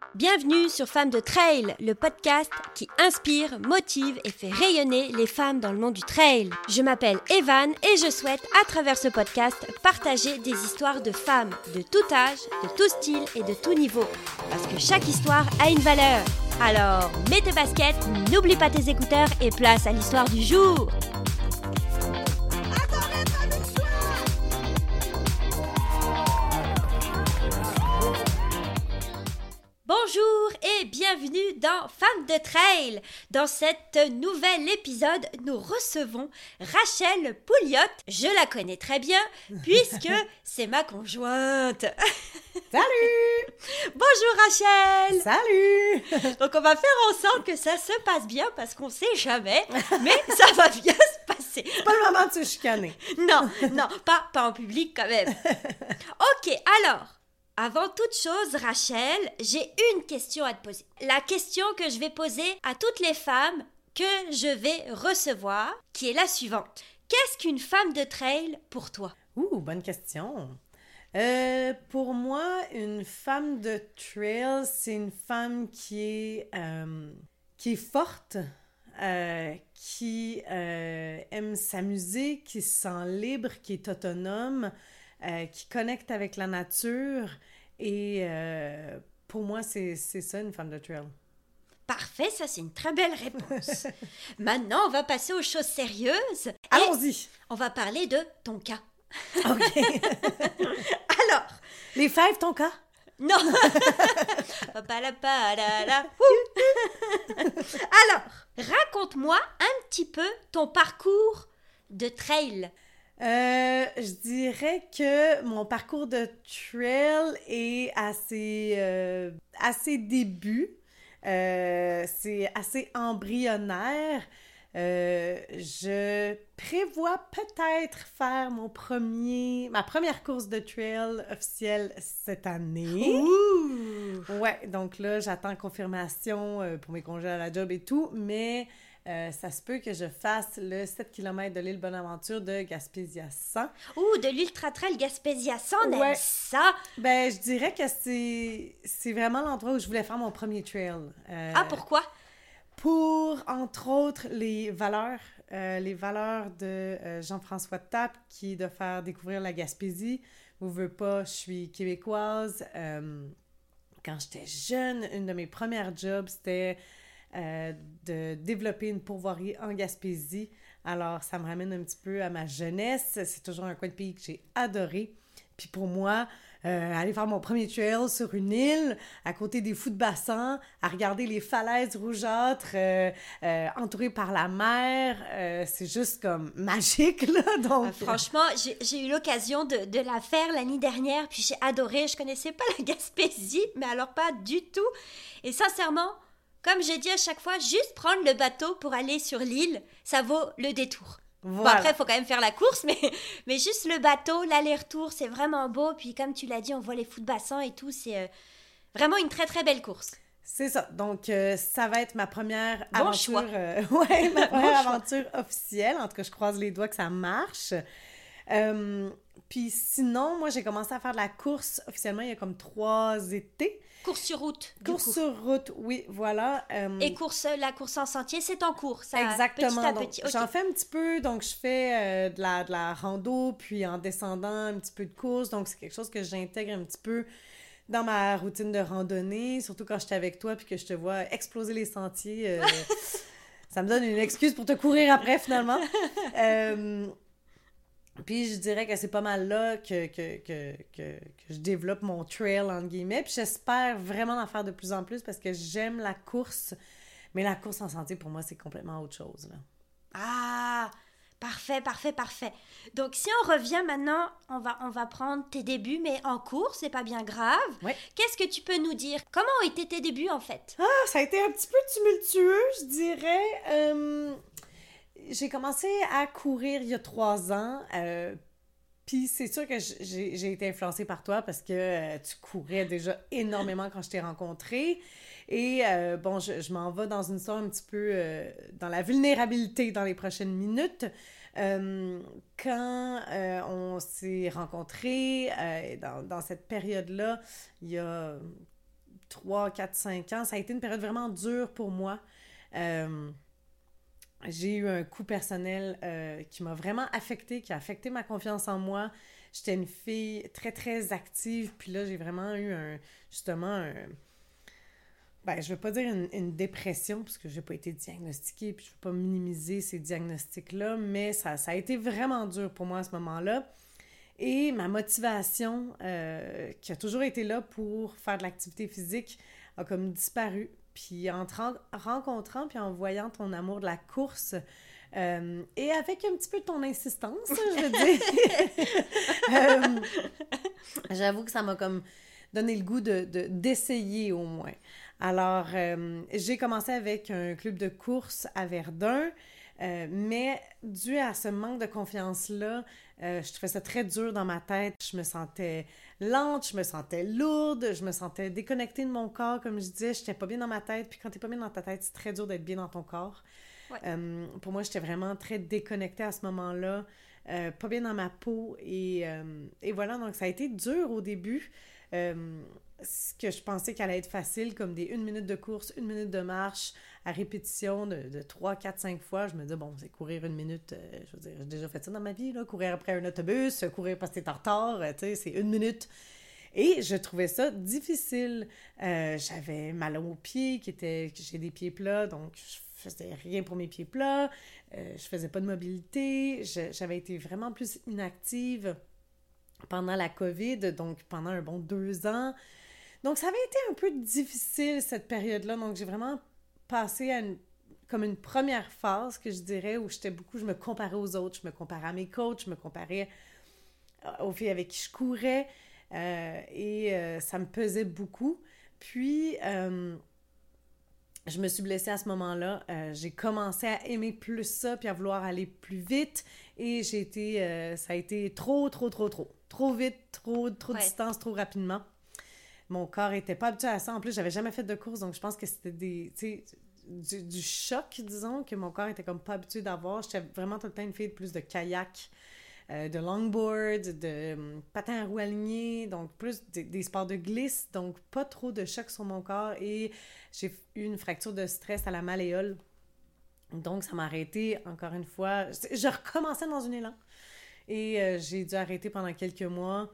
Bienvenue sur Femmes de Trail, le podcast qui inspire, motive et fait rayonner les femmes dans le monde du trail. Je m'appelle Evan et je souhaite, à travers ce podcast, partager des histoires de femmes de tout âge, de tout style et de tout niveau. Parce que chaque histoire a une valeur. Alors, mets tes baskets, n'oublie pas tes écouteurs et place à l'histoire du jour. Bonjour et bienvenue dans Femmes de Trail. Dans cet nouvel épisode, nous recevons Rachel Pouliot. Je la connais très bien puisque c'est ma conjointe. Salut! Bonjour Rachel! Salut! Donc on va faire ensemble que ça se passe bien parce qu'on sait jamais, mais ça va bien se passer. C'est pas le moment de se chicaner. Non, pas en public quand même. Ok, alors... Avant toute chose, Rachel, j'ai une question à te poser. La question que je vais poser à toutes les femmes que je vais recevoir, qui est la suivante. Qu'est-ce qu'une femme de trail pour toi? Bonne question. Pour moi, une femme de trail, c'est une femme qui est forte, qui aime s'amuser, qui se sent libre, qui est autonome, qui connecte avec la nature. Et pour moi, c'est ça, une femme de trail. Parfait, ça c'est une très belle réponse. Maintenant, on va passer aux choses sérieuses. Allons-y! On va parler de ton cas. OK. Alors... Les fèves, ton cas? Non! Alors, raconte-moi un petit peu ton parcours de trail. Je dirais que mon parcours de trail est à ses débuts. C'est assez embryonnaire. Je prévois peut-être faire ma première course de trail officielle cette année. Ouh! Ouais, donc là, j'attends confirmation pour mes congés à la job et tout, mais... ça se peut que je fasse le 7 km de l'île Bonaventure de Gaspésia 100. Ouh, de l'Ultra Trail Gaspésia 100, on Ouais. aime ça! Ben, je dirais que c'est vraiment l'endroit où je voulais faire mon premier trail. Pourquoi? Pour, entre autres, les valeurs de Jean-François Tappe, qui est de faire découvrir la Gaspésie. Vous veux pas, je suis québécoise. Quand j'étais jeune, une de mes premières jobs, c'était... de développer une pourvoirie en Gaspésie. Alors, ça me ramène un petit peu à ma jeunesse. C'est toujours un coin de pays que j'ai adoré. Puis pour moi, aller faire mon premier trail sur une île, à côté des fous de bassin, à regarder les falaises rougeâtres, entourées par la mer, c'est juste comme magique, là. Donc... franchement, j'ai eu l'occasion de la faire l'année dernière, puis j'ai adoré. Je connaissais pas la Gaspésie, mais alors pas du tout. Et sincèrement... Comme j'ai dit à chaque fois, juste prendre le bateau pour aller sur l'île, ça vaut le détour. Voilà. Bon, après, il faut quand même faire la course, mais juste le bateau, l'aller-retour, c'est vraiment beau. Puis comme tu l'as dit, on voit les fous de bassin et tout. C'est vraiment une très, très belle course. C'est ça. Donc, ça va être ma première bon aventure. Choix. Ma première aventure officielle. En tout cas, je croise les doigts que ça marche. Puis sinon, moi, j'ai commencé à faire de la course officiellement il y a comme 3 étés. Course sur route. Course sur route, oui, voilà. Et la course en sentier, c'est en cours. Ça, exactement. Petit à donc, petit. Okay. J'en fais un petit peu. Donc, je fais de la rando, puis en descendant, un petit peu de course. Donc, c'est quelque chose que j'intègre un petit peu dans ma routine de randonnée, surtout quand je suis avec toi puis que je te vois exploser les sentiers. Ça me donne une excuse pour te courir après, finalement. Puis je dirais que c'est pas mal là que je développe mon trail, entre guillemets. Puis j'espère vraiment en faire de plus en plus parce que j'aime la course. Mais la course en sentier, pour moi, c'est complètement autre chose, là. Ah! Parfait. Donc, si on revient maintenant, on va prendre tes débuts, mais en cours, c'est pas bien grave. Ouais. Qu'est-ce que tu peux nous dire? Comment ont été tes débuts, en fait? Ça a été un petit peu tumultueux, je dirais. J'ai commencé à courir il y a 3 ans. Puis c'est sûr que j'ai été influencée par toi parce que tu courais déjà énormément quand je t'ai rencontrée. Et je m'en vais dans une histoire un petit peu dans la vulnérabilité dans les prochaines minutes. Quand on s'est rencontrés, dans cette période-là, il y a 3, 4, 5 ans. Ça a été une période vraiment dure pour moi. J'ai eu un coup personnel qui m'a vraiment affectée, qui a affecté ma confiance en moi. J'étais une fille très, très active, puis là, j'ai vraiment eu je veux pas dire une dépression, parce que j'ai pas été diagnostiquée, puis je veux pas minimiser ces diagnostics-là, mais ça a été vraiment dur pour moi à ce moment-là. Et ma motivation, qui a toujours été là pour faire de l'activité physique, a comme disparu. Puis en te rencontrant, puis en voyant ton amour de la course, et avec un petit peu de ton insistance, je veux dire, j'avoue que ça m'a comme donné le goût d'essayer au moins. Alors, j'ai commencé avec un club de course à Verdun, mais dû à ce manque de confiance-là, je trouvais ça très dur dans ma tête. Je me sentais lente, je me sentais lourde, je me sentais déconnectée de mon corps. Comme je disais, j'étais pas bien dans ma tête. Puis quand t'es pas bien dans ta tête, c'est très dur d'être bien dans ton corps. Ouais. Pour moi, j'étais vraiment très déconnectée à ce moment-là. Pas bien dans ma peau. Et voilà, donc ça a été dur au début. Ce que je pensais qu'elle allait être facile, comme des 1 minute de course, 1 minute de marche, à répétition de 3, 4, 5 fois. Je me disais, bon, c'est courir 1 minute, je veux dire, j'ai déjà fait ça dans ma vie, là, courir après un autobus, courir parce que t'es en retard, tu sais, c'est 1 minute. Et je trouvais ça difficile. J'avais mal aux pieds, j'ai des pieds plats, donc je faisais rien pour mes pieds plats. Je faisais pas de mobilité. J'avais été vraiment plus inactive pendant la COVID, donc pendant un bon 2 ans. Donc, ça avait été un peu difficile, cette période-là. Donc, j'ai vraiment passé à comme une première phase, que je dirais, où je me comparais aux autres, je me comparais à mes coachs, je me comparais aux filles avec qui je courais, et ça me pesait beaucoup. Puis, je me suis blessée à ce moment-là. J'ai commencé à aimer plus ça, puis à vouloir aller plus vite, et ça a été trop vite, trop de distance, trop rapidement. Mon corps était pas habitué à ça. En plus, j'avais jamais fait de course, donc je pense que c'était du choc, disons, que mon corps était comme pas habitué d'avoir. J'étais vraiment tout le temps une fille de plus de kayak, de longboard, de patin à roues alignées, donc plus des sports de glisse, donc pas trop de choc sur mon corps. Et j'ai eu une fracture de stress à la malléole. Donc, ça m'a arrêté, encore une fois. Je recommençais dans un élan. Et j'ai dû arrêter pendant quelques mois.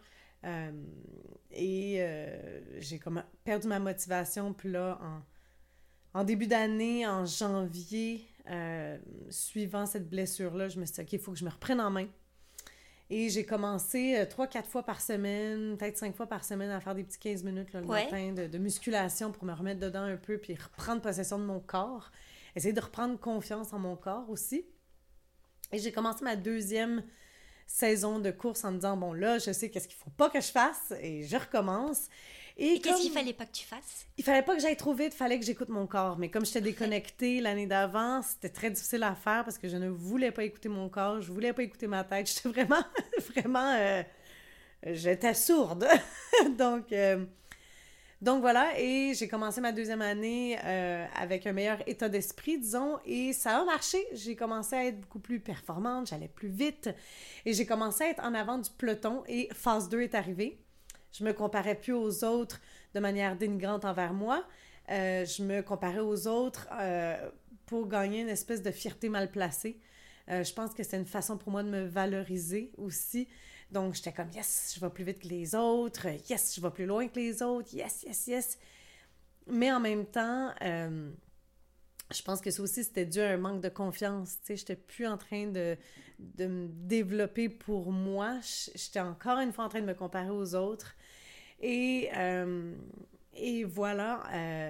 J'ai comme perdu ma motivation. Puis là, en début d'année, en janvier, suivant cette blessure-là, je me suis dit, OK, il faut que je me reprenne en main. Et j'ai commencé 3-4 fois par semaine, peut-être 5 fois par semaine, à faire des petits 15 minutes là, le matin de musculation pour me remettre dedans un peu, puis reprendre possession de mon corps. Essayer de reprendre confiance en mon corps aussi. Et j'ai commencé ma 2e saison de course en me disant, bon là, je sais qu'est-ce qu'il faut pas que je fasse, et je recommence. Et qu'est-ce qu'il fallait pas que tu fasses? Il fallait pas que j'aille trop vite, il fallait que j'écoute mon corps. Mais comme j'étais déconnectée l'année d'avant, c'était très difficile à faire parce que je ne voulais pas écouter mon corps, je voulais pas écouter ma tête. J'étais vraiment, j'étais sourde. Donc voilà, et j'ai commencé ma 2e année avec un meilleur état d'esprit, disons, et ça a marché. J'ai commencé à être beaucoup plus performante, j'allais plus vite, et j'ai commencé à être en avant du peloton, et phase 2 est arrivée. Je me comparais plus aux autres de manière dénigrante envers moi. Je me comparais aux autres pour gagner une espèce de fierté mal placée. Je pense que c'est une façon pour moi de me valoriser aussi. Donc, j'étais comme, yes, je vais plus vite que les autres. Yes, je vais plus loin que les autres. Yes, yes, yes. Mais en même temps, je pense que ça aussi, c'était dû à un manque de confiance. Tu sais, j'étais plus en train de me développer pour moi. J'étais encore une fois en train de me comparer aux autres. Et voilà,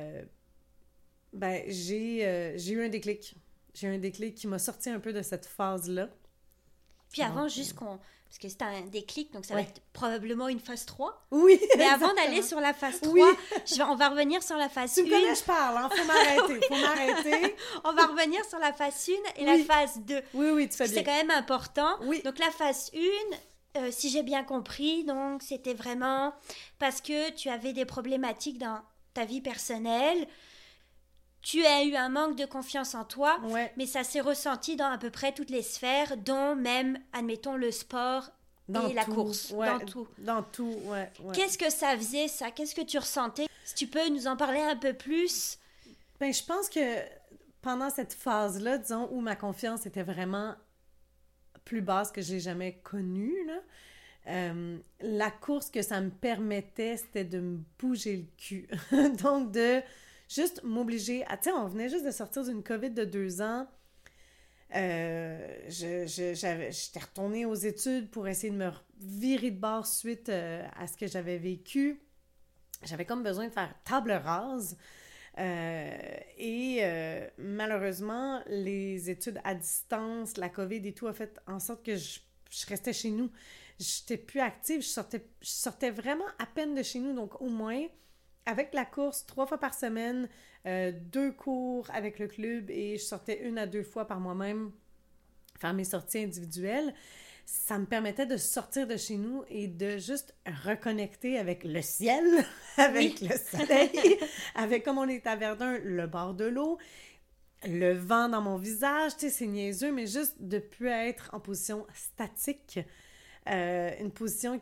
j'ai eu un déclic. J'ai eu un déclic qui m'a sorti un peu de cette phase-là. Puis avant, parce que c'était un déclic, donc ça va être probablement une phase 3. Oui, mais avant d'aller sur la phase 3, on va revenir sur la phase 1. Tu me connais, je parle, hein? Faut m'arrêter. On va revenir sur la phase 1 et la phase 2. Oui, tu fais bien. C'est quand même important. Oui. Donc la phase 1, si j'ai bien compris, donc c'était vraiment parce que tu avais des problématiques dans ta vie personnelle. Tu as eu un manque de confiance en toi, mais ça s'est ressenti dans à peu près toutes les sphères, dont même, admettons, le sport Dans et la tout, course, ouais, dans tout. Dans tout, ouais. Qu'est-ce que ça faisait, ça? Qu'est-ce que tu ressentais? Si tu peux nous en parler un peu plus. Ben, je pense que pendant cette phase-là, disons, où ma confiance était vraiment plus basse que j'ai jamais connue, là, la course que ça me permettait, c'était de me bouger le cul. Donc, de juste m'obliger à... Tu sais, on venait juste de sortir d'une COVID de 2 ans. J'étais retournée aux études pour essayer de me virer de bord suite à ce que j'avais vécu. J'avais comme besoin de faire table rase. Malheureusement, les études à distance, la COVID et tout a fait en sorte que je restais chez nous. J'étais plus active, je sortais vraiment à peine de chez nous. Donc au moins, avec la course, 3 fois par semaine, 2 cours avec le club et je sortais 1 à 2 fois par moi-même faire mes sorties individuelles. Ça me permettait de sortir de chez nous et de juste reconnecter avec le ciel, avec le soleil, avec, comme on est à Verdun, le bord de l'eau, le vent dans mon visage, tu sais, c'est niaiseux, mais juste de ne plus être en position statique. Une position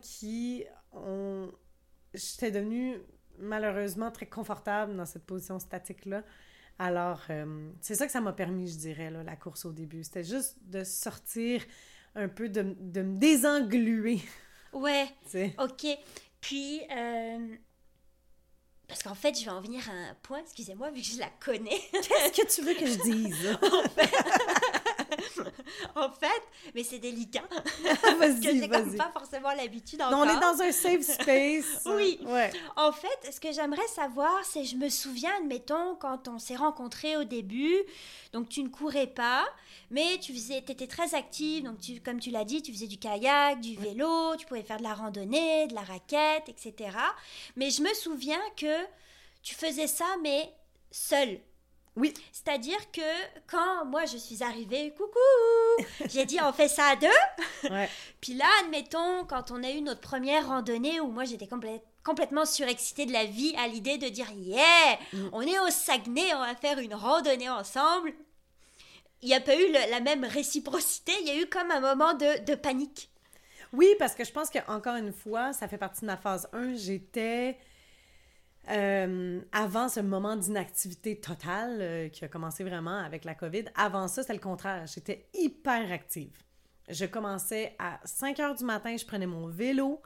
j'étais devenue malheureusement très confortable dans cette position statique-là. Alors, c'est ça que ça m'a permis, je dirais, là, la course au début. C'était juste de sortir un peu, de me désengluer. Ouais, T'sais. ok. Puis, parce qu'en fait, je vais en venir à un point, excusez-moi, vu que je la connais. Qu'est-ce que tu veux que je dise? En fait, mais c'est délicat. Vas-y, parce que j'ai vas-y. comme pas forcément l'habitude Non, encore. on est dans un safe space. Oui. Ouais. En fait, ce que j'aimerais savoir, c'est, je me souviens, admettons, quand on s'est rencontrés au début, donc tu ne courais pas, mais tu étais très active, donc comme tu l'as dit, tu faisais du kayak, du vélo, tu pouvais faire de la randonnée, de la raquette, etc. Mais je me souviens que tu faisais ça, mais seule. Oui. C'est-à-dire que quand moi je suis arrivée, coucou, j'ai dit on fait ça à 2. Ouais. Puis là, admettons, quand on a eu notre première randonnée où moi j'étais complètement surexcitée de la vie à l'idée de dire yeah, on est au Saguenay, on va faire une randonnée ensemble. Il n'y a pas eu la même réciprocité, il y a eu comme un moment de panique. Oui, parce que je pense qu'encore une fois, ça fait partie de ma phase 1, j'étais... avant ce moment d'inactivité totale qui a commencé vraiment avec la COVID, avant ça, c'était le contraire. J'étais hyper active. Je commençais à 5 heures du matin, je prenais mon vélo,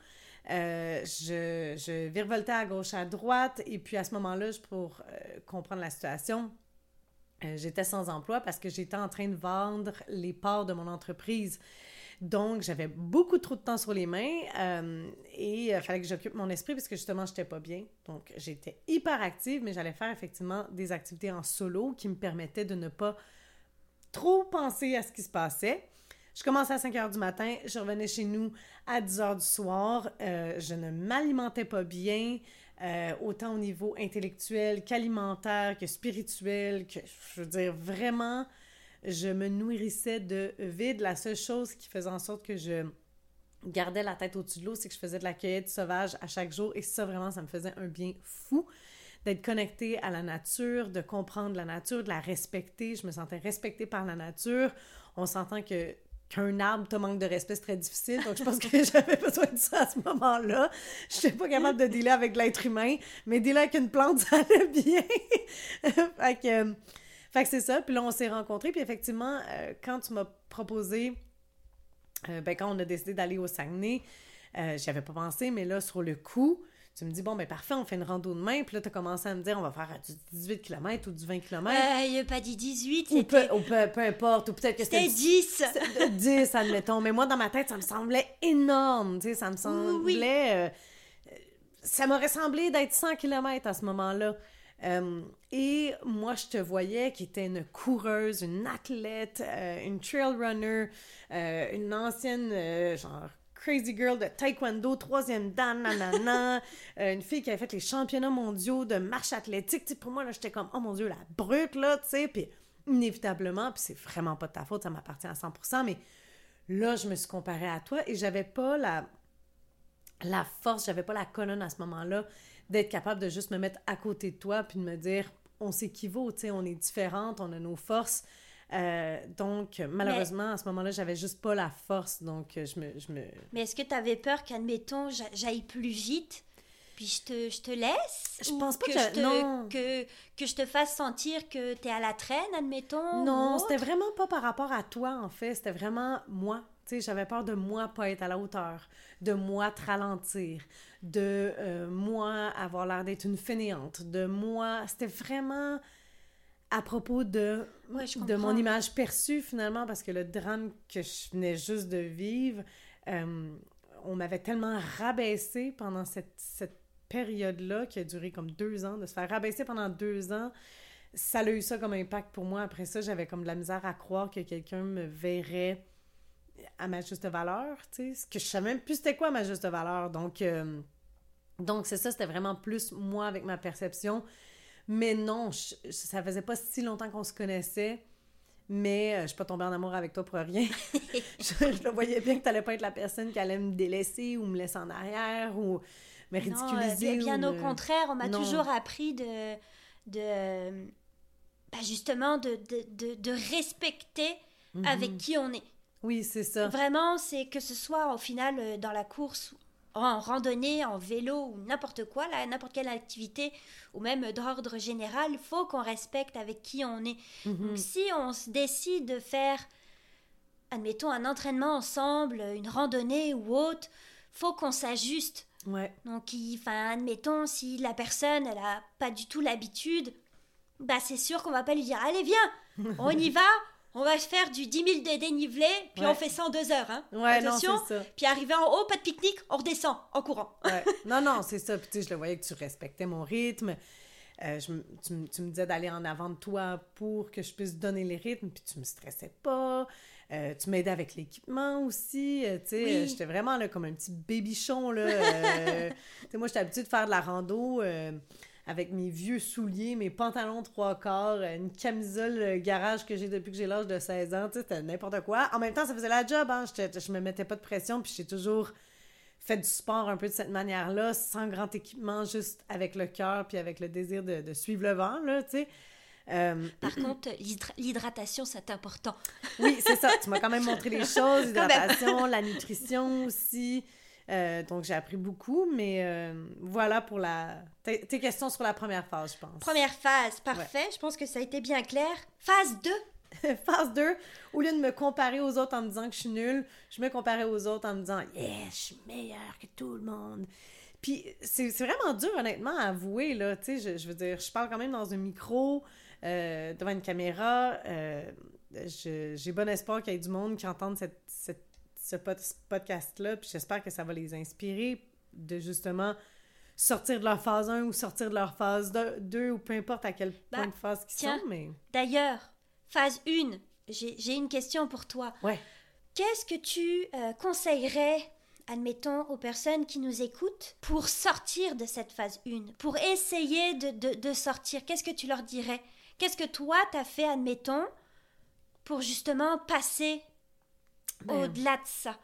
je virevoltais à gauche, à droite, et puis à ce moment-là, pour comprendre la situation, j'étais sans emploi parce que j'étais en train de vendre les parts de mon entreprise. Donc, j'avais beaucoup trop de temps sur les mains et il fallait que j'occupe mon esprit parce que justement, je n'étais pas bien. Donc, j'étais hyper active, mais j'allais faire effectivement des activités en solo qui me permettaient de ne pas trop penser à ce qui se passait. Je commençais à 5 heures du matin, je revenais chez nous à 10 heures du soir. Je ne m'alimentais pas bien, autant au niveau intellectuel qu'alimentaire, que spirituel, que, je veux dire, vraiment... Je me nourrissais de vide. La seule chose qui faisait en sorte que je gardais la tête au-dessus de l'eau, c'est que je faisais de la cueillette sauvage à chaque jour. Et ça, vraiment, ça me faisait un bien fou d'être connectée à la nature, de comprendre la nature, de la respecter. Je me sentais respectée par la nature. On s'entend qu'un arbre te manque de respect, c'est très difficile. Donc, je pense que j'avais besoin de ça à ce moment-là. Je n'étais pas capable de dealer avec l'être humain, mais dealer avec une plante, ça allait bien. Fait que c'est ça, puis là, on s'est rencontrés, puis effectivement, quand tu m'as proposé, quand on a décidé d'aller au Saguenay, j'y avais pas pensé, mais là, sur le coup, tu me dis, bon, ben parfait, on fait une rando demain, puis là, tu as commencé à me dire, on va faire du 18 km ou du 20 km. Il n'a pas dit 18, c'était... peu importe, ou peut-être que c'était 10. 10, admettons, mais moi, dans ma tête, ça me semblait énorme, tu sais, ça me semblait... ça m'aurait semblé d'être 100 km à ce moment-là. Et moi, je te voyais qui était une coureuse, une athlète, une trail runner, une ancienne, genre, crazy girl de taekwondo, 3e dan, nanana, une fille qui avait fait les championnats mondiaux de marche athlétique. Tu sais, pour moi, là, j'étais comme, oh mon Dieu, la brute, là, tu sais, puis inévitablement, puis c'est vraiment pas de ta faute, ça m'appartient à 100%, mais là, je me suis comparée à toi et j'avais pas la force, j'avais pas la colonne à ce moment-là d'être capable de juste me mettre à côté de toi puis de me dire, on s'équivaut, tu sais, on est différentes, on a nos forces. Donc, malheureusement, à ce moment-là, j'avais juste pas la force. Donc, je me... Mais est-ce que tu avais peur qu'admettons, j'aille plus vite, puis je te laisse? Je Ou pense pas que non. que je te fasse sentir que t'es à la traîne, admettons? Non, ou c'était autre? vraiment pas par rapport à toi, en fait. C'était vraiment moi. Tu sais, j'avais peur de moi pas être à la hauteur, de moi te ralentir, de moi avoir l'air d'être une fainéante, de moi... C'était vraiment à propos Ouais, je de mon comprends. image perçue, finalement, parce que le drame que je venais juste de vivre, euh, on m'avait tellement rabaissé pendant cette période-là, qui a duré comme 2 ans, de se faire rabaisser pendant 2 ans, ça a eu ça comme impact pour moi. Après ça, j'avais comme de la misère à croire que quelqu'un me verrait à ma juste valeur, tu sais, ce que je savais même plus c'était quoi ma juste valeur. Donc c'est ça, c'était vraiment plus moi avec ma perception. Mais non, ça faisait pas si longtemps qu'on se connaissait, mais je suis pas tombée en amour avec toi pour rien. Je le voyais bien que t'allais pas être la personne qui allait me délaisser ou me laisser en arrière ou me Non, ridiculiser bien ou au me... contraire, on m'a Non. toujours appris justement de respecter avec Mhm. qui on est. Oui, c'est ça. Vraiment, c'est que ce soit au final dans la course, en randonnée, en vélo ou n'importe quoi, là, n'importe quelle activité, ou même d'ordre général, il faut qu'on respecte avec qui on est. Donc Mhm. si on se décide de faire, admettons, un entraînement ensemble, une randonnée ou autre, faut qu'on s'ajuste. Ouais. Donc, enfin, admettons, si la personne, elle a pas du tout l'habitude, bah c'est sûr qu'on va pas lui dire, allez, viens, on y va, on va faire du 10 000 de dénivelé, puis Ouais. on fait ça en 2 heures, hein. Ouais, non, Attention, c'est ça. puis arrivé en haut, pas de pique-nique, on redescend en courant. Ouais. Non, non, c'est ça. Puis tu sais, je le voyais que tu respectais mon rythme. Tu me disais d'aller en avant de toi pour que je puisse donner les rythmes, puis tu me stressais pas. Tu m'aidais avec l'équipement aussi. Tu sais, Oui. j'étais vraiment là, comme un petit bébichon. Là, tu sais, moi, j'étais habituée de faire de la rando avec mes vieux souliers, mes pantalons 3/4, une camisole garage que j'ai depuis que j'ai l'âge de 16 ans. Tu sais, c'était n'importe quoi. En même temps, ça faisait la job. Hein? Je me mettais pas de pression, puis j'ai toujours fait du sport un peu de cette manière-là, sans grand équipement, juste avec le cœur puis avec le désir de suivre le vent, là, tu sais. Par contre, l'hydratation, c'est important. Oui, c'est ça. Tu m'as quand même montré les choses, Quand même. l'hydratation, la nutrition aussi. Donc, j'ai appris beaucoup, mais voilà pour tes questions sur la première phase, je pense. Première phase, parfait, je pense que ça a été bien clair. Phase 2. Phase 2, au lieu de me comparer aux autres en me disant que je suis nulle, je me comparais aux autres en me disant « Yeah, je suis meilleure que tout le monde ». Puis c'est vraiment dur, honnêtement, à avouer, là, tu sais, je veux dire, je parle quand même dans un micro, devant une caméra, j'ai bon espoir qu'il y ait du monde qui entende ce podcast-là, puis j'espère que ça va les inspirer de justement sortir de leur phase 1 ou sortir de leur phase 2 ou peu importe à quel point de phase qu'ils tiens. sont, mais... D'ailleurs, phase 1, j'ai une question pour toi. Ouais. Qu'est-ce que tu conseillerais, admettons, aux personnes qui nous écoutent pour sortir de cette phase 1, pour essayer de sortir? Qu'est-ce que tu leur dirais? Qu'est-ce que toi, t'as fait, admettons, pour justement passer au-delà de ça?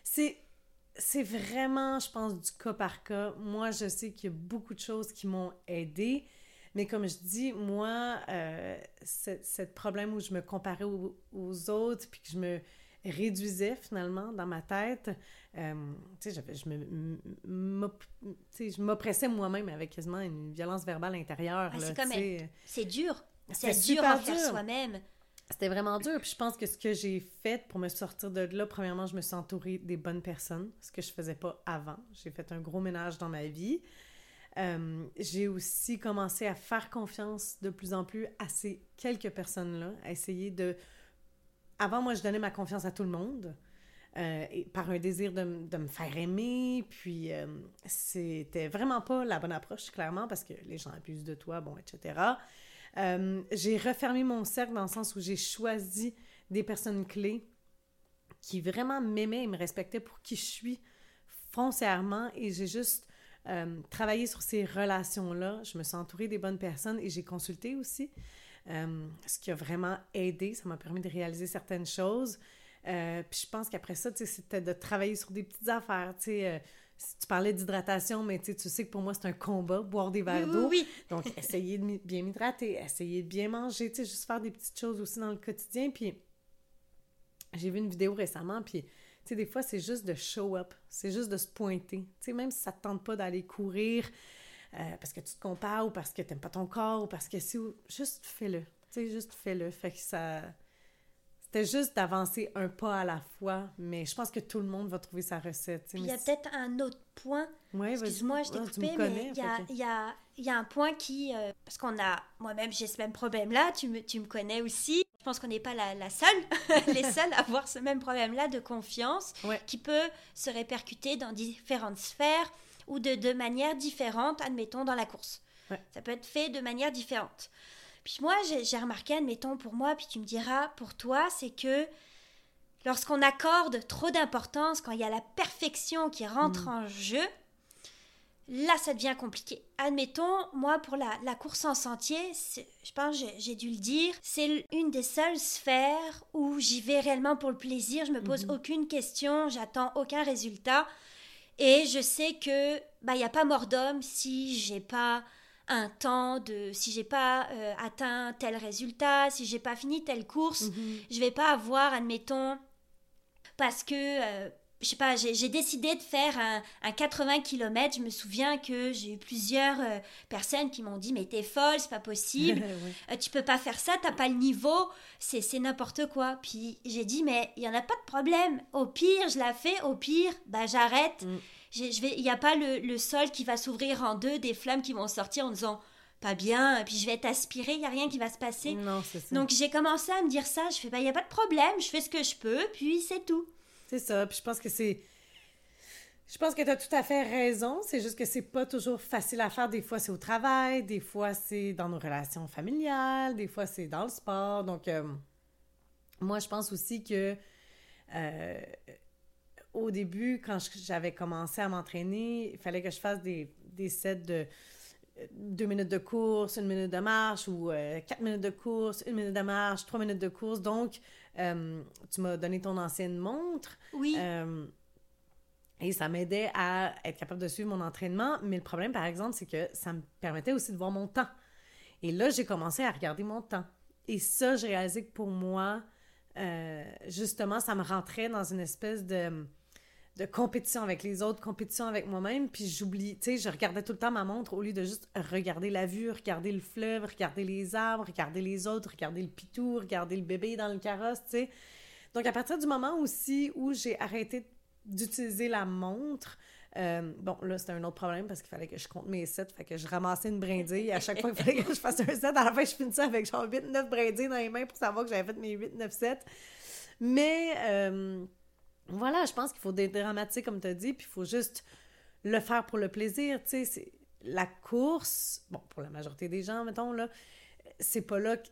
C'est vraiment, je pense, du cas par cas. Moi, je sais qu'il y a beaucoup de choses qui m'ont aidée, mais comme je dis, moi, ce problème où je me comparais aux autres, puis que je me réduisais finalement dans ma tête, tu sais, je m'oppressais moi-même avec quasiment une violence verbale intérieure. Ah, là, c'est quand tu même, sais. c'est dur. C'était C'est dur super envers dur. soi-même. C'était vraiment dur. Puis je pense que ce que j'ai fait pour me sortir de là, premièrement, je me suis entourée des bonnes personnes, ce que je faisais pas avant. J'ai fait un gros ménage dans ma vie. J'ai aussi commencé à faire confiance de plus en plus à ces quelques personnes-là, à essayer de... Avant, moi, je donnais ma confiance à tout le monde, et par un désir de me faire aimer, puis c'était vraiment pas la bonne approche, clairement, parce que les gens abusent de toi, bon, etc. J'ai refermé mon cercle dans le sens où j'ai choisi des personnes clés qui vraiment m'aimaient et me respectaient pour qui je suis foncièrement, et j'ai juste travaillé sur ces relations-là. Je me suis entourée des bonnes personnes et j'ai consulté aussi, ce qui a vraiment aidé. Ça m'a permis de réaliser certaines choses. Puis je pense qu'après ça, c'était de travailler sur des petites affaires, tu sais, tu parlais d'hydratation, mais tu sais que pour moi, c'est un combat, boire des verres d'eau. Oui. Donc, essayer de bien m'hydrater, essayer de bien manger, tu sais, juste faire des petites choses aussi dans le quotidien. Puis, j'ai vu une vidéo récemment, puis, tu sais, des fois, c'est juste de show up, c'est juste de se pointer. Tu sais, même si ça te tente pas d'aller courir parce que tu te compares ou parce que t'aimes pas ton corps ou parce que juste fais-le. Tu sais, juste fais-le. Fait que ça... C'était juste d'avancer un pas à la fois, mais je pense que tout le monde va trouver sa recette. Puis il y a peut-être un autre point. Ouais, excuse-moi, je t'ai coupé, mais il y a un point qui... parce moi-même, j'ai ce même problème-là, tu me connais aussi. Je pense qu'on n'est pas la seule, les seuls à avoir ce même problème-là de confiance qui peut se répercuter dans différentes sphères ou de manière différente, admettons, dans la course. Ouais. Ça peut être fait de manière différente. Puis moi, j'ai remarqué, admettons, pour moi, puis tu me diras, pour toi, c'est que lorsqu'on accorde trop d'importance, quand il y a la perfection qui rentre en jeu, là, ça devient compliqué. Admettons, moi, pour la course en sentier, je pense que j'ai dû le dire, c'est une des seules sphères où j'y vais réellement pour le plaisir, je me pose aucune question, j'attends aucun résultat, et je sais que il n'y a pas mort d'homme si j'ai pas... si j'ai pas atteint tel résultat, si j'ai pas fini telle course, je vais pas avoir, admettons, parce que, je sais pas, j'ai décidé de faire un 80 km, je me souviens que j'ai eu plusieurs personnes qui m'ont dit « mais t'es folle, c'est pas possible, tu peux pas faire ça, t'as pas le niveau, c'est n'importe quoi ». Puis j'ai dit « mais il y en a pas de problème, au pire je la fais, au pire, j'arrête ». Il n'y a pas le sol qui va s'ouvrir en deux, des flammes qui vont sortir en disant pas bien, puis je vais être aspirée, il n'y a rien qui va se passer. Non, c'est ça. Donc j'ai commencé à me dire ça, je fais il n'y a pas de problème, je fais ce que je peux, puis c'est tout. C'est ça, puis je pense que tu as tout à fait raison, c'est juste que c'est pas toujours facile à faire. Des fois, c'est au travail, des fois, c'est dans nos relations familiales, des fois, c'est dans le sport. Donc, moi, je pense aussi que au début, quand j'avais commencé à m'entraîner, il fallait que je fasse des sets de 2 minutes de course, 1 minute de marche, ou 4 minutes de course, 1 minute de marche, 3 minutes de course. Donc, tu m'as donné ton ancienne montre. Oui. Et ça m'aidait à être capable de suivre mon entraînement. Mais le problème, par exemple, c'est que ça me permettait aussi de voir mon temps. Et là, j'ai commencé à regarder mon temps. Et ça, j'ai réalisé que pour moi, justement, ça me rentrait dans une espèce de compétition avec les autres, compétition avec moi-même, puis j'oublie, tu sais, je regardais tout le temps ma montre au lieu de juste regarder la vue, regarder le fleuve, regarder les arbres, regarder les autres, regarder le pitou, regarder le bébé dans le carrosse, tu sais. Donc, à partir du moment aussi où j'ai arrêté d'utiliser la montre, bon, là, c'était un autre problème parce qu'il fallait que je compte mes sets, fait que je ramassais une brindille à chaque fois qu'il fallait que je fasse un set. À la fin, je finissais avec genre 8-9 brindilles dans les mains pour savoir que j'avais fait mes 8-9 sets. Mais... voilà, je pense qu'il faut dédramatiser, comme tu as dit, puis il faut juste le faire pour le plaisir, tu sais. La course, bon, pour la majorité des gens, mettons, là, c'est pas là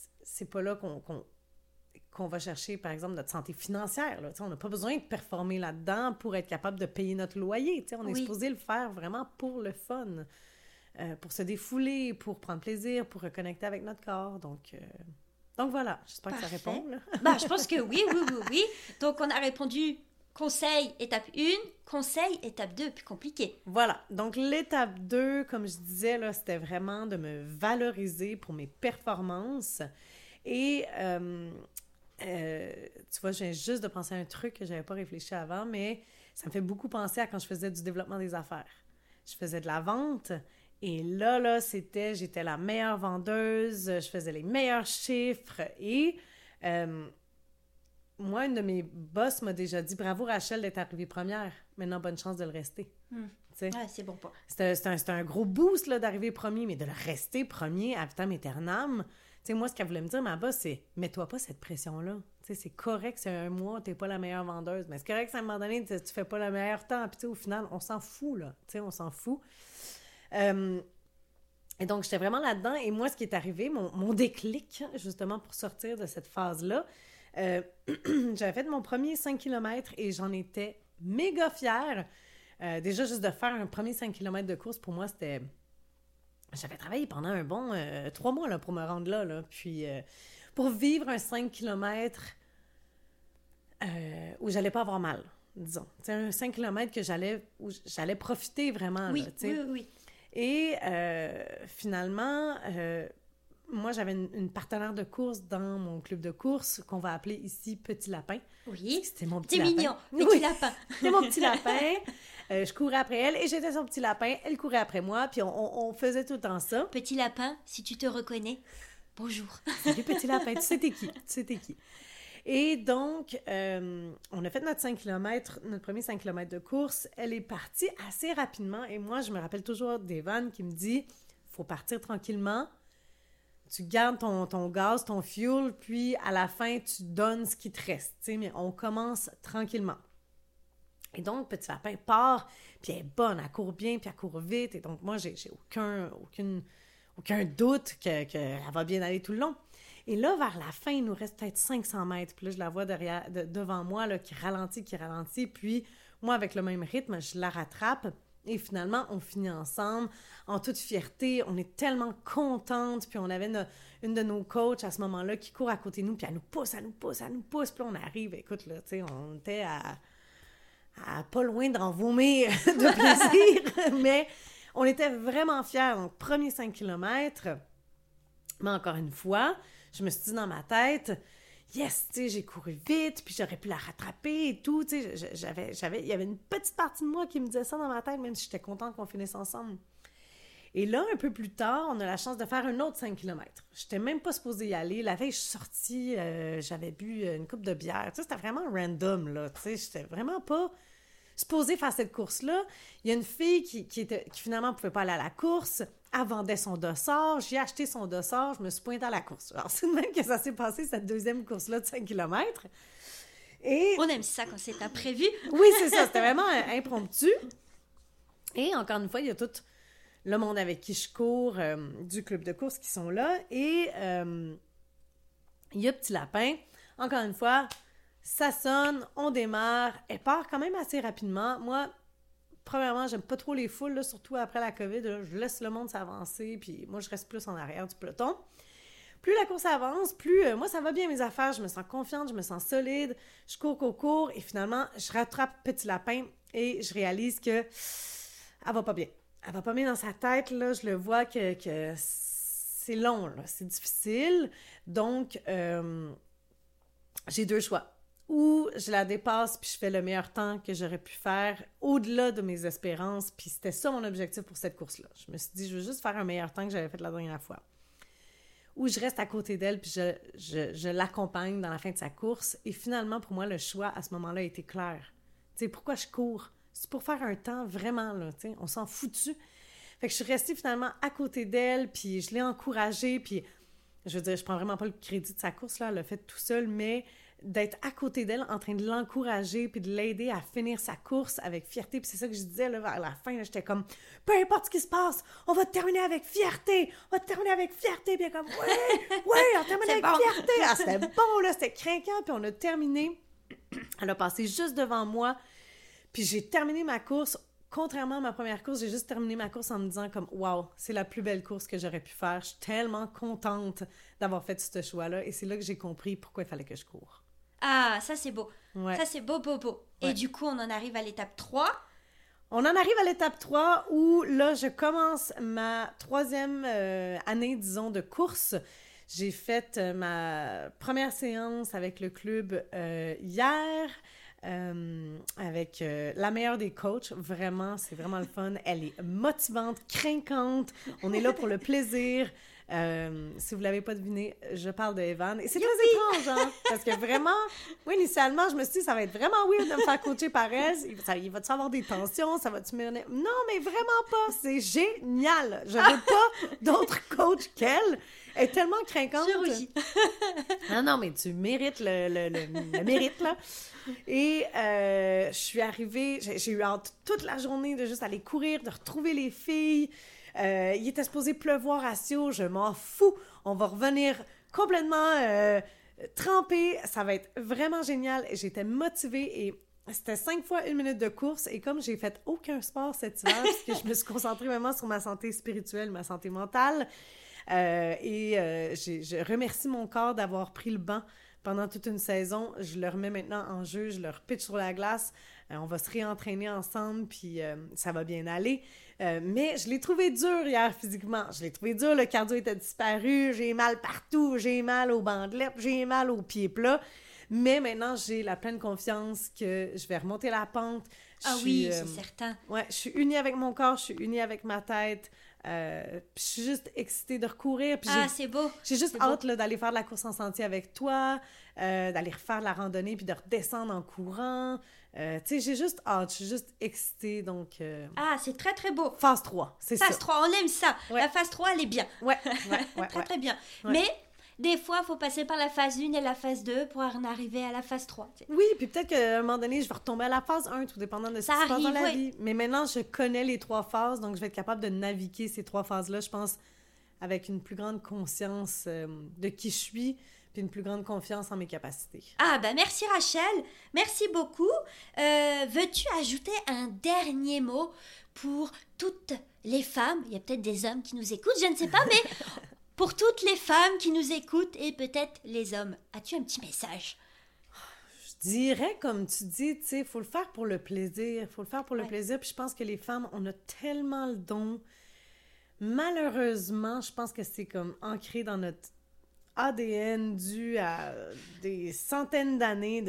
qu'on va chercher, par exemple, notre santé financière, là. Tu sais, on n'a pas besoin de performer là-dedans pour être capable de payer notre loyer, tu sais. On est supposé le faire vraiment pour le fun, pour se défouler, pour prendre plaisir, pour reconnecter avec notre corps, donc voilà, j'espère que ça répond. Là. Je pense que oui. Donc, on a répondu conseil étape 1, conseil étape 2, plus compliqué. Voilà, donc l'étape 2, comme je disais, là, c'était vraiment de me valoriser pour mes performances. Et, tu vois, je viens juste de penser à un truc que je n'avais pas réfléchi avant, mais ça me fait beaucoup penser à quand je faisais du développement des affaires. Je faisais de la vente. Et là, j'étais la meilleure vendeuse, je faisais les meilleurs chiffres et moi, une de mes boss m'a déjà dit « Bravo Rachel d'être arrivée première, maintenant bonne chance de le rester. » Ouais, c'est bon pas. C'était un gros boost là, d'arriver premier, mais de le rester premier à vitam aeternam. Tu sais, moi, ce qu'elle voulait me dire, ma boss, c'est « Mets-toi pas cette pression-là. Tu sais, c'est correct, c'est un mois, t'es pas la meilleure vendeuse, mais c'est correct, à un moment donné, tu fais pas le meilleur temps. Puis au final, on s'en fout, là. Tu sais, on s'en fout. » Et donc, j'étais vraiment là-dedans. Et moi, ce qui est arrivé, mon déclic, justement, pour sortir de cette phase-là, j'avais fait mon premier 5 km et j'en étais méga fière. Déjà, juste de faire un premier 5 km de course, pour moi, c'était... J'avais travaillé pendant un bon 3 mois là, pour me rendre là. Puis, pour vivre un 5 km où j'allais pas avoir mal. disons. C'est un 5 km où j'allais profiter vraiment, Oui, là, tu sais. oui. Et finalement, moi, j'avais une partenaire de course dans mon club de course qu'on va appeler ici Petit Lapin. Oui. C'était mon petit C'est lapin. mignon, petit Oui. lapin. C'était mon petit lapin. Je courais après elle et j'étais son petit lapin. Elle courait après moi, puis on faisait tout le temps ça. Petit lapin, si tu te reconnais, bonjour. Salut, petit lapin, tu sais t'es qui? Tu sais t'es qui? Et donc, on a fait notre 5 km, notre premier 5 km de course. Elle est partie assez rapidement et moi, je me rappelle toujours d'Evan qui me dit « Faut partir tranquillement. Tu gardes ton gaz, ton fuel, puis à la fin, tu donnes ce qui te reste. » Tu sais, mais on commence tranquillement. Et donc, Petit Lapin part, puis elle est bonne, elle court bien, puis elle court vite. Et donc, moi, j'ai aucun doute qu'elle va bien aller tout le long. Et là, vers la fin, il nous reste peut-être 500 mètres. Puis là, je la vois devant moi, là, qui ralentit. Puis moi, avec le même rythme, je la rattrape. Et finalement, on finit ensemble, en toute fierté. On est tellement contentes. Puis on avait une de nos coachs à ce moment-là qui court à côté de nous. Puis elle nous pousse. Puis là, on arrive. Écoute, là, tu sais, on était à pas loin d'en vomir de plaisir. Mais on était vraiment fiers. Donc, premier 5 km. Mais encore une fois, je me suis dit dans ma tête, yes, tu sais, j'ai couru vite, puis j'aurais pu la rattraper et tout, tu sais, il y avait une petite partie de moi qui me disait ça dans ma tête, même si j'étais contente qu'on finisse ensemble. Et là, un peu plus tard, on a la chance de faire un autre 5 km. J'étais même pas supposée y aller. La veille, je suis sortie, j'avais bu une coupe de bière. Tu sais, c'était vraiment random, là, tu sais, j'étais vraiment pas supposée faire cette course-là. Il y a une fille qui finalement ne pouvait pas aller à la course. Elle vendait son dossard. J'ai acheté son dossard. Je me suis pointée à la course. Alors, c'est de même que ça s'est passé, cette deuxième course-là de 5 km. Et... On aime ça quand c'est imprévu. Oui, c'est ça. C'était vraiment impromptu. Et encore une fois, il y a tout le monde avec qui je cours du club de course qui sont là. Et il y a Petit Lapin. Encore une fois, ça sonne, on démarre. Elle part quand même assez rapidement. Moi, premièrement, j'aime pas trop les foules, là, surtout après la COVID. Là, je laisse le monde s'avancer, puis moi, je reste plus en arrière du peloton. Plus la course avance, plus moi, ça va bien mes affaires. Je me sens confiante, je me sens solide. Je cours, et finalement, je rattrape Petit Lapin et je réalise que elle va pas bien. Elle va pas bien dans sa tête, là. Je le vois que c'est long, là. C'est difficile. Donc, j'ai deux choix. Ou je la dépasse puis je fais le meilleur temps que j'aurais pu faire au-delà de mes espérances. Puis c'était ça mon objectif pour cette course-là. Je me suis dit, je veux juste faire un meilleur temps que j'avais fait la dernière fois. Ou je reste à côté d'elle puis je l'accompagne dans la fin de sa course. Et finalement, pour moi, le choix à ce moment-là était clair. Tu sais, pourquoi je cours? C'est pour faire un temps vraiment, là, tu sais, on s'en foutu. Fait que je suis restée finalement à côté d'elle puis je l'ai encouragée. Puis, je veux dire, je prends vraiment pas le crédit de sa course, là, elle l'a fait tout seul, mais d'être à côté d'elle, en train de l'encourager puis de l'aider à finir sa course avec fierté. Puis c'est ça que je disais, là, vers la fin, là, j'étais comme, peu importe ce qui se passe, on va terminer avec fierté! On va terminer avec fierté! Puis elle comme, ouais, on termine avec fierté! Ah, c'était bon, là, c'était craquant, puis on a terminé. Elle a passé juste devant moi, puis j'ai terminé ma course. Contrairement à ma première course, j'ai juste terminé ma course en me disant comme « Wow, c'est la plus belle course que j'aurais pu faire. Je suis tellement contente d'avoir fait ce choix-là. » Et c'est là que j'ai compris pourquoi il fallait que je cours. Ah, ça c'est beau. Ouais. Ça c'est beau. Ouais. Et du coup, on en arrive à l'étape 3. On en arrive à l'étape 3 où là, je commence ma troisième année, disons, de course. J'ai fait ma première séance avec le club hier. Avec la meilleure des coachs, vraiment, c'est vraiment le fun. Elle est motivante, craquante. On est là pour le plaisir. Si vous ne l'avez pas deviné, je parle de Evan. Et c'est très étrange, hein? Parce que vraiment, oui, initialement, je me suis dit, ça va être vraiment weird de me faire coacher par elle. Il va-tu avoir des tensions? Ça va-tu me... Non, mais vraiment pas. C'est génial. Je veux pas d'autres coachs qu'elle. Elle est tellement craquante. Je rougis. Non, mais tu mérites le mérite, là. Et je suis arrivée, j'ai eu hâte toute la journée de juste aller courir, de retrouver les filles. Il était supposé pleuvoir à Sio, je m'en fous. On va revenir complètement trempée. Ça va être vraiment génial. J'étais motivée et c'était 5 fois 1 minute de course. Et comme j'ai fait aucun sport cet hiver, parce que je me suis concentrée vraiment sur ma santé spirituelle, ma santé mentale, je remercie mon corps d'avoir pris le banc pendant toute une saison. Je le remets maintenant en jeu, je le repitch sur la glace. On va se réentraîner ensemble, puis ça va bien aller. Mais je l'ai trouvé dur hier physiquement. Je l'ai trouvé dur, le cardio était disparu, j'ai mal partout, j'ai mal aux bandelettes, j'ai mal aux pieds plats. Mais maintenant, j'ai la pleine confiance que je vais remonter la pente. Oui, c'est certain. Ouais, je suis unie avec mon corps, je suis unie avec ma tête. Je suis juste excitée de recourir. Puis c'est beau. J'ai juste hâte là, d'aller faire de la course en sentier avec toi, d'aller refaire de la randonnée puis de redescendre en courant. Tu sais, j'ai juste hâte, je suis juste excitée, donc... c'est très, très beau. Phase 3, c'est ça. Phase 3, on aime ça. Ouais. La phase 3, elle est bien. Ouais. Très, très bien. Ouais. Mais... des fois, il faut passer par la phase 1 et la phase 2 pour en arriver à la phase 3. T'sais. Oui, puis peut-être qu'à un moment donné, je vais retomber à la phase 1, tout dépendant de ce qui se passe dans la vie. Mais maintenant, je connais les 3 phases, donc je vais être capable de naviguer ces 3 phases-là, je pense, avec une plus grande conscience de qui je suis, puis une plus grande confiance en mes capacités. Merci Rachel, merci beaucoup. Veux-tu ajouter un dernier mot pour toutes les femmes? Il y a peut-être des hommes qui nous écoutent, je ne sais pas, mais... pour toutes les femmes qui nous écoutent et peut-être les hommes, as-tu un petit message? Je dirais, comme tu dis, tu sais, il faut le faire pour le plaisir. Il faut le faire pour le plaisir. Puis je pense que les femmes, on a tellement le don. Malheureusement, je pense que c'est comme ancré dans notre ADN dû à des centaines d'années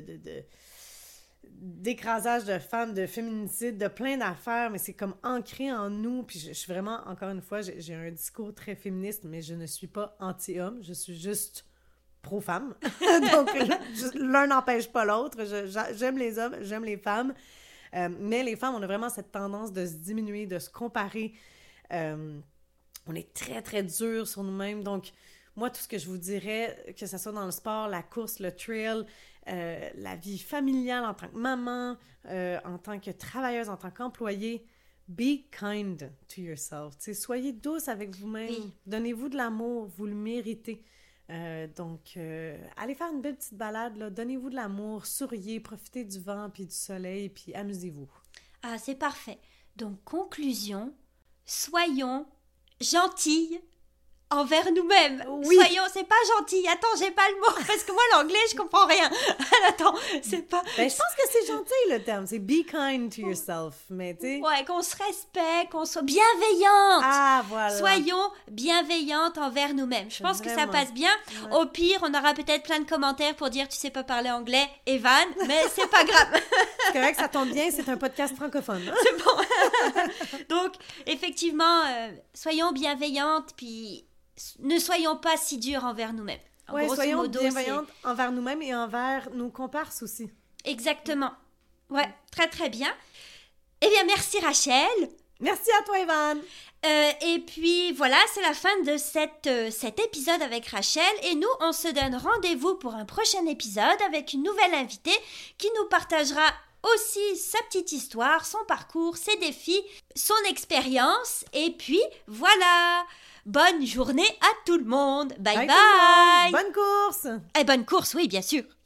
d'écrasage de femmes, de féminicide, de plein d'affaires, mais c'est comme ancré en nous. Puis je suis vraiment, encore une fois, j'ai un discours très féministe, mais je ne suis pas anti-homme, je suis juste pro-femme. Donc, l'un n'empêche pas l'autre. J'aime les hommes, j'aime les femmes. Mais les femmes, on a vraiment cette tendance de se diminuer, de se comparer. On est très, très dur sur nous-mêmes. Donc, moi, tout ce que je vous dirais, que ce soit dans le sport, la course, le trail, la vie familiale en tant que maman, en tant que travailleuse, en tant qu'employée, be kind to yourself. T'sais, soyez douce avec vous-même. Oui. Donnez-vous de l'amour, vous le méritez. Donc, allez faire une belle petite balade, là. Donnez-vous de l'amour, souriez, profitez du vent puis du soleil, puis amusez-vous. C'est parfait. Donc, conclusion, soyons gentilles envers nous-mêmes. Oui. Soyons, c'est pas gentil. Attends, j'ai pas le mot, parce que moi, l'anglais, je comprends rien. Attends, c'est pas... Je pense que c'est gentil, le terme. C'est be kind to yourself, mais tu sais... Ouais, qu'on se respecte, qu'on soit bienveillante. Voilà. Soyons bienveillantes envers nous-mêmes. Je pense que ça Vraiment. passe bien. Ouais. Au pire, on aura peut-être plein de commentaires pour dire tu sais pas parler anglais, Evan, mais c'est pas grave. C'est correct, ça tombe bien, c'est un podcast francophone. C'est bon. Donc, effectivement, soyons bienveillantes, puis ne soyons pas si durs envers nous-mêmes. Grosso Soyons modo, bienveillantes envers nous-mêmes et envers nos comparses aussi. Exactement. Ouais, très très bien. Eh bien, merci Rachel. Merci à toi, Evan. Et puis voilà, c'est la fin de cet épisode avec Rachel. Et nous, on se donne rendez-vous pour un prochain épisode avec une nouvelle invitée qui nous partagera aussi sa petite histoire, son parcours, ses défis, son expérience. Et puis voilà, bonne journée à tout le monde. Bye bye. Bonne course. Et bonne course, oui, bien sûr.